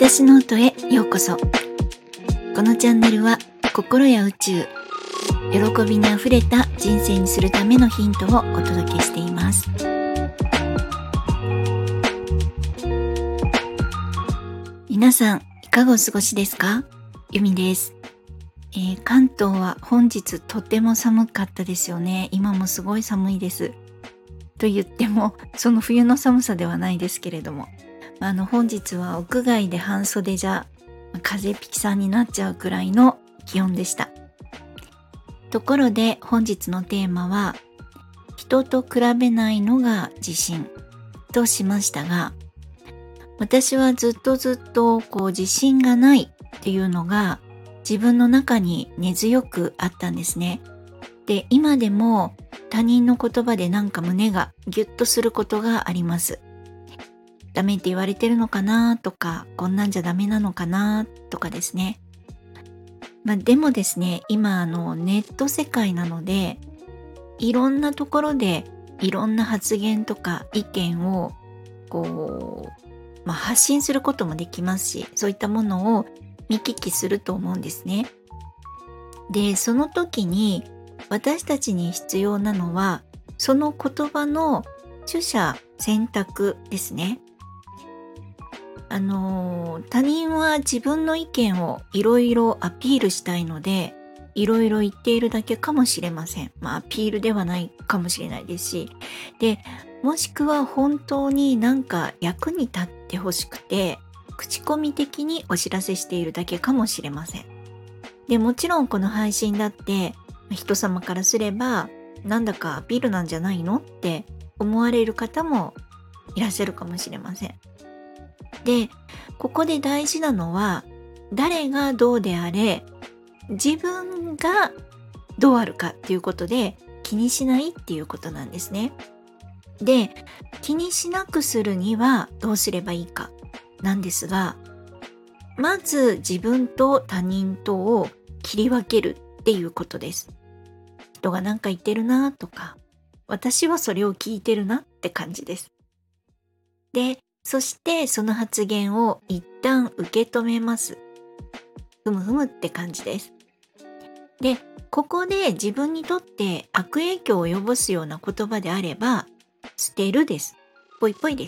私ノートへようこそ。このチャンネルは心や宇宙、喜びにあふれた人生にするためのヒントをお届けしています。皆さんいかがお過ごしですか？ゆみです。関東は本日とても寒かったですよね。今もすごい寒いです。と言ってもその冬の寒さではないですけれども、本日は屋外で半袖じゃ風邪ひきさんになっちゃうくらいの気温でした。ところで本日のテーマは、人と比べないのが自信としましたが、私はずっと自信がないっていうのが自分の中に根強くあったんですね。で、今でも他人の言葉でなんか胸がギュッとすることがあります。ダメって言われてるのかなとか、こんなんじゃダメなのかなとかですね。でもですね、今ネット世界なので、いろんなところでいろんな発言とか意見を発信することもできますし、そういったものを見聞きすると思うんですね。で、その時に私たちに必要なのは、その言葉の取捨選択ですね。他人は自分の意見をいろいろアピールしたいので、いろいろ言っているだけかもしれません。アピールではないかもしれないですし、で、もしくは本当になんか役に立ってほしくて、口コミ的にお知らせしているだけかもしれません。で、もちろんこの配信だって、人様からすれば、なんだかアピールなんじゃないのって思われる方もいらっしゃるかもしれません。で、ここで大事なのは、誰がどうであれ、自分がどうあるかっていうことで気にしないっていうことなんですね。で、気にしなくするにはどうすればいいかなんですが、まず自分と他人とを切り分けるっていうことです。人が何か言ってるなとか、私はそれを聞いてるなって感じです。で、そしてその発言を一旦受け止めます。ふむふむって感じです。で、ここで自分にとって悪影響を及ぼすような言葉であれば、捨てるです。ぽいぽいです。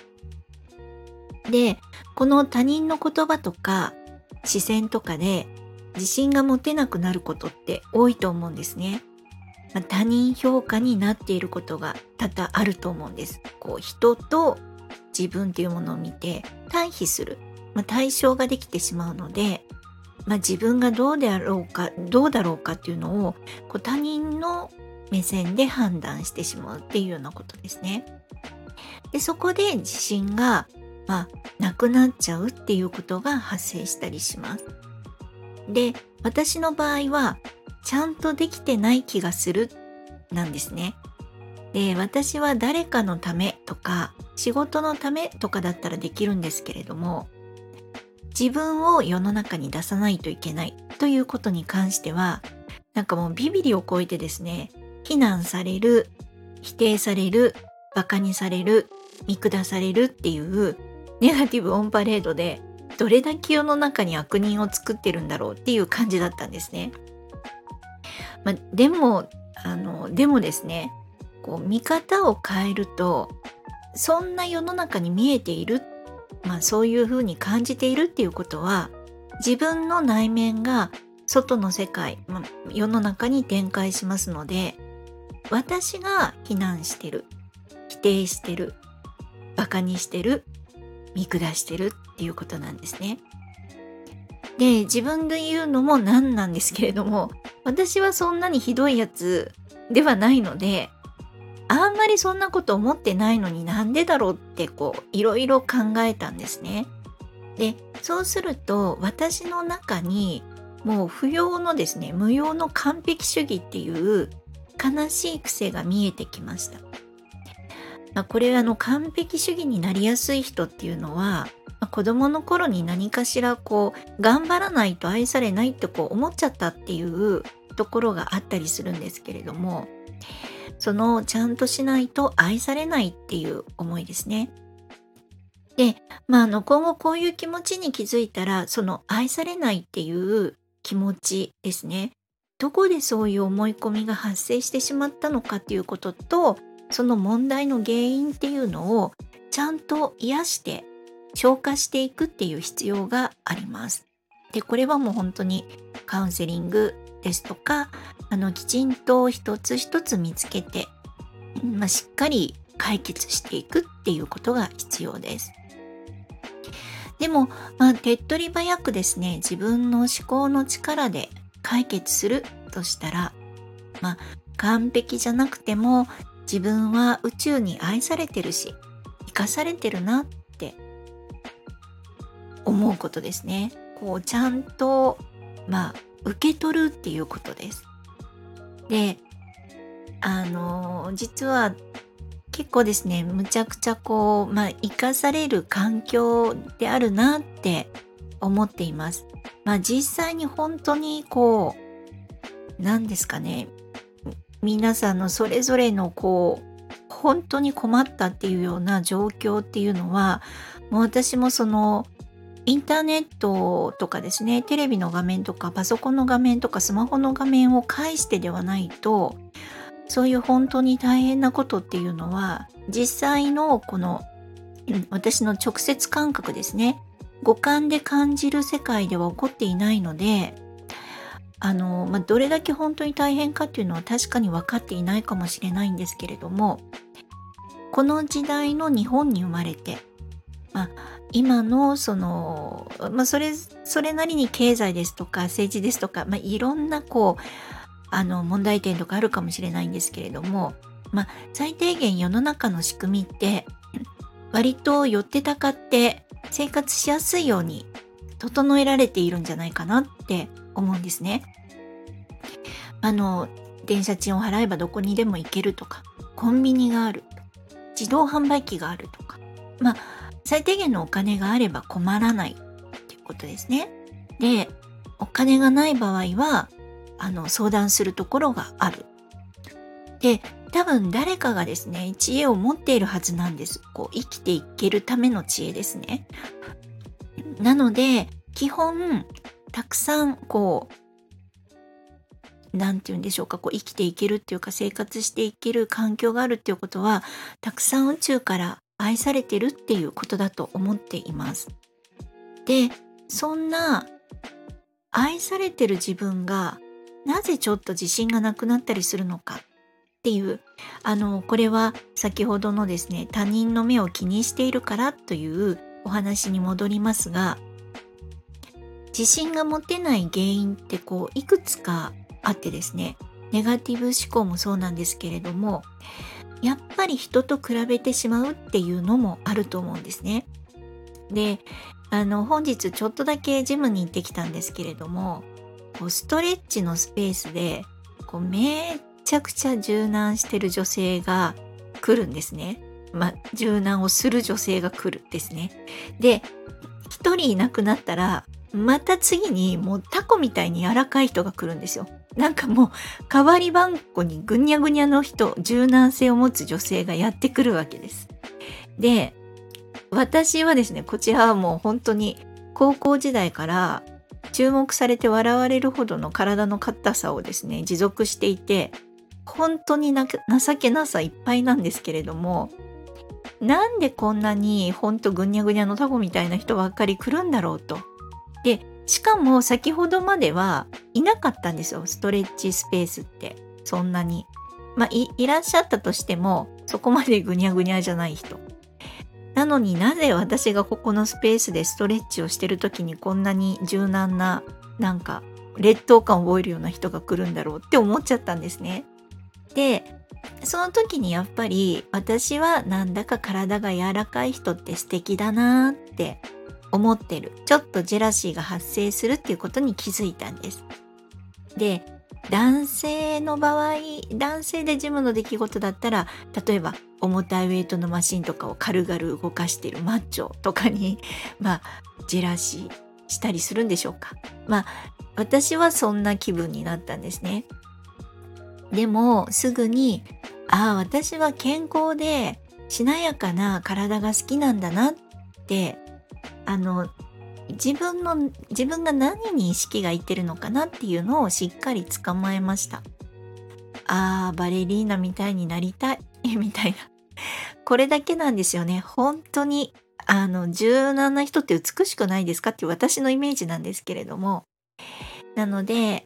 で、この他人の言葉とか視線とかで自信が持てなくなることって多いと思うんですね。他人評価になっていることが多々あると思うんです。人と自分っていうものを見て対比する、対象ができてしまうので、自分がどうだろうかっていうのを他人の目線で判断してしまうっていうようなことですね。で、そこで自信がなくなっちゃうっていうことが発生したりします。で、私の場合はちゃんとできてない気がするなんですね。で、私は誰かのためとか仕事のためとかだったらできるんですけれども、自分を世の中に出さないといけないということに関しては、なんかもうビビリを超えてですね、非難される、否定される、バカにされる、見下されるっていうネガティブオンパレードで、どれだけ世の中に悪人を作ってるんだろうっていう感じだったんですね。でもですね、見方を変えると、そんな世の中に見えている、そういうふうに感じているっていうことは、自分の内面が外の世界、世の中に展開しますので、私が非難してる、否定してる、バカにしてる、見下してるっていうことなんですね。で、自分で言うのもなんなんですけれども、私はそんなにひどいやつではないので、あんまりそんなこと思ってないのになんでだろうっていろいろ考えたんですね。で、そうすると私の中にもう不要のですね、無用の完璧主義っていう悲しい癖が見えてきました。これは完璧主義になりやすい人っていうのは、子供の頃に何かしら頑張らないと愛されないって思っちゃったっていうところがあったりするんですけれども、ちゃんとしないと愛されないっていう思いですね。 で、今後こういう気持ちに気づいたら、その愛されないっていう気持ちですね。どこでそういう思い込みが発生してしまったのかっていうことと、その問題の原因っていうのをちゃんと癒して消化していくっていう必要があります。で、これはもう本当にカウンセリングですとか、きちんと一つ一つ見つけて、しっかり解決していくっていうことが必要です。でも、手っ取り早くですね、自分の思考の力で解決するとしたら、完璧じゃなくても自分は宇宙に愛されてるし、生かされてるなって思うことですね。こう、ちゃんと、受け取るっていうことです。で、実は結構ですね、むちゃくちゃ生かされる環境であるなって思っています。実際に本当になんですかね、皆さんのそれぞれの本当に困ったっていうような状況っていうのは、もう私もそのインターネットとかですね、テレビの画面とかパソコンの画面とかスマホの画面を介してではないと、そういう本当に大変なことっていうのは、実際の私の直接感覚ですね、五感で感じる世界では起こっていないので、どれだけ本当に大変かっていうのは確かに分かっていないかもしれないんですけれども、この時代の日本に生まれて、今のそれなりに経済ですとか政治ですとか、いろんな問題点とかあるかもしれないんですけれども、最低限世の中の仕組みって割と寄ってたかって生活しやすいように整えられているんじゃないかなって思うんですね。電車賃を払えばどこにでも行けるとか、コンビニがある、自動販売機があるとか、最低限のお金があれば困らないっていうことですね。で、お金がない場合は相談するところがある。で、多分誰かがですね、知恵を持っているはずなんです。生きていけるための知恵ですね。なので、基本、たくさん、なんて言うんでしょうか、生きていけるっていうか、生活していける環境があるっていうことは、たくさん宇宙から愛されてるっていうことだと思っています。で、そんな愛されてる自分が、なぜちょっと自信がなくなったりするのかっていう、これは先ほどのですね、他人の目を気にしているからというお話に戻りますが、自信が持てない原因っていくつかあってですね、ネガティブ思考もそうなんですけれども、やっぱり人と比べてしまうっていうのもあると思うんですね。で、本日ちょっとだけジムに行ってきたんですけれども、ストレッチのスペースでめちゃくちゃ柔軟してる女性が来るんですね。柔軟をする女性が来るんですね。で、一人いなくなったら、また次にもうタコみたいに柔らかい人が来るんですよ。なんかもう代わりばんこにぐにゃぐにゃの人、柔軟性を持つ女性がやってくるわけです。で、私はですね、こちらはもう本当に高校時代から注目されて笑われるほどの体の硬さをですね、持続していて、本当に情けなさいっぱいなんですけれども、なんでこんなにほんとぐにゃぐにゃのタコみたいな人ばっかり来るんだろうと。で、しかも先ほどまではいなかったんですよ、ストレッチスペースって。そんなに。いらっしゃったとしても、そこまでぐにゃぐにゃじゃない人。なのになぜ私がここのスペースでストレッチをしてる時にこんなに柔軟な、劣等感を覚えるような人が来るんだろうって思っちゃったんですね。で、その時にやっぱり私はなんだか体が柔らかい人って素敵だなーって思ってる。ちょっとジェラシーが発生するっていうことに気づいたんです。で、男性の場合、男性でジムの出来事だったら、例えば重たいウェイトのマシンとかを軽々動かしているマッチョとかに、ジェラシーしたりするんでしょうか。私はそんな気分になったんですね。でも、すぐに、私は健康でしなやかな体が好きなんだなって、自分が何に意識がいってるのかなっていうのをしっかり捕まえました。バレリーナみたいになりたいみたいな。これだけなんですよね。本当に柔軟な人って美しくないですかっていう私のイメージなんですけれども。なので、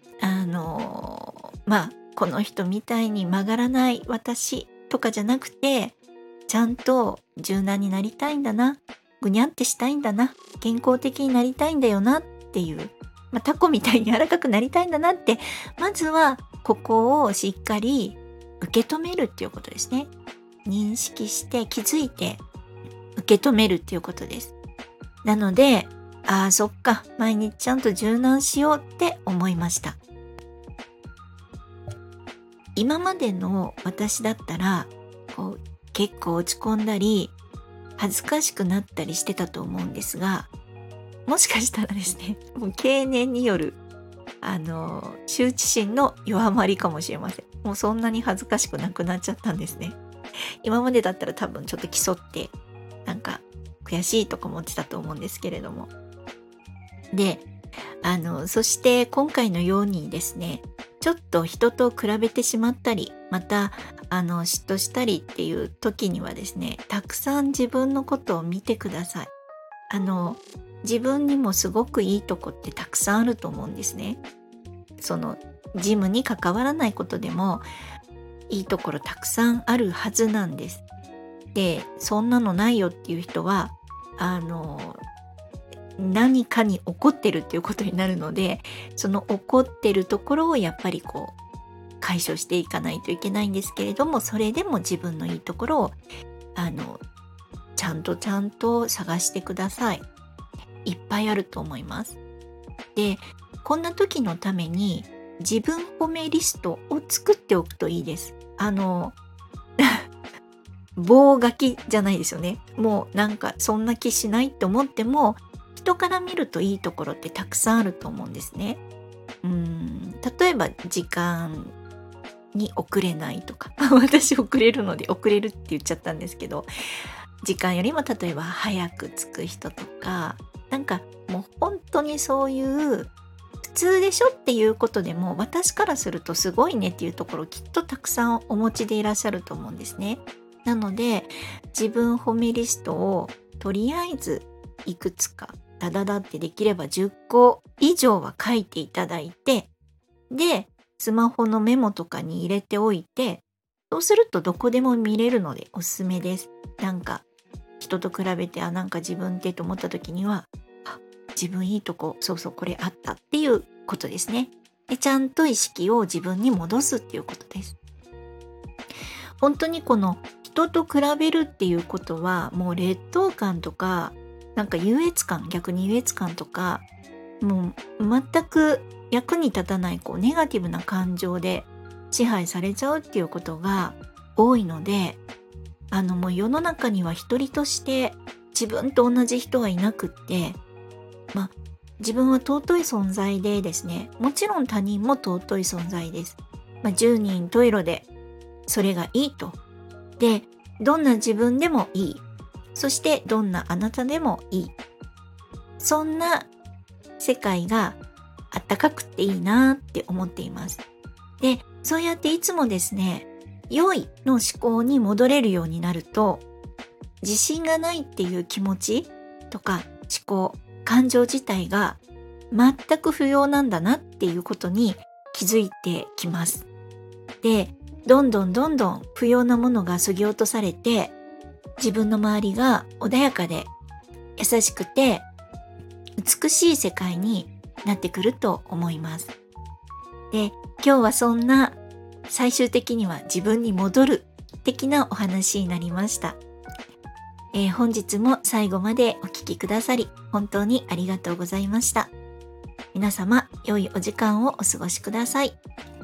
この人みたいに曲がらない私とかじゃなくて、ちゃんと柔軟になりたいんだな、ぐにゃってしたいんだな、健康的になりたいんだよなっていう、タコみたいに柔らかくなりたいんだなって、まずはここをしっかり受け止めるっていうことですね。認識して気づいて受け止めるっていうことです。なので、そっか、毎日ちゃんと柔軟しようって思いました。今までの私だったら、結構落ち込んだり、恥ずかしくなったりしてたと思うんですが、もしかしたらですね、もう経年による、羞恥心の弱まりかもしれません。もうそんなに恥ずかしくなくなっちゃったんですね。今までだったら多分ちょっと競って、なんか悔しいとか思ってたと思うんですけれども。で、そして今回のようにですね、ちょっと人と比べてしまったり、また嫉妬したりっていう時にはですね、たくさん自分のことを見てください。自分にもすごくいいとこってたくさんあると思うんですね。そのジムに関わらないことでもいいところたくさんあるはずなんです。で、そんなのないよっていう人は何かに怒ってるっていうことになるので、その怒ってるところをやっぱり解消していかないといけないんですけれども、それでも自分のいいところをちゃんと探してください。いっぱいあると思います。で、こんな時のために自分褒めリストを作っておくといいです。棒書きじゃないですよね。もうなんかそんな気しないって思っても、人から見るといいところってたくさんあると思うんですね。例えば時間に遅れないとか私遅れるので遅れるって言っちゃったんですけど、時間よりも例えば早く着く人とか、なんかもう本当にそういう普通でしょっていうことでも、私からするとすごいねっていうところきっとたくさんお持ちでいらっしゃると思うんですね。なので自分褒めリストをとりあえずいくつかダダダってできれば10個以上は書いていただいて、でスマホのメモとかに入れておいて、そうするとどこでも見れるのでおすすめです。なんか人と比べてなんか自分ってと思った時には、自分いいとこ、そうそうこれあったっていうことですね。でちゃんと意識を自分に戻すっていうことです。本当にこの人と比べるっていうことは、もう劣等感とか、なんか優越感、逆に優越感とか、もう全く役に立たないネガティブな感情で支配されちゃうっていうことが多いので、もう世の中には一人として自分と同じ人はいなくって、自分は尊い存在でですね、もちろん他人も尊い存在です。十人十色でそれがいいと。で、どんな自分でもいい。そしてどんなあなたでもいい。そんな世界があったかくっていいなって思っています。で、そうやっていつもですね、良いの思考に戻れるようになると、自信がないっていう気持ちとか思考、感情自体が全く不要なんだなっていうことに気づいてきます。で、どんどん不要なものが削ぎ落とされて、自分の周りが穏やかで優しくて美しい世界になってくると思います。で、今日はそんな最終的には自分に戻る的なお話になりました。本日も最後までお聞きくださり本当にありがとうございました。皆様良いお時間をお過ごしください。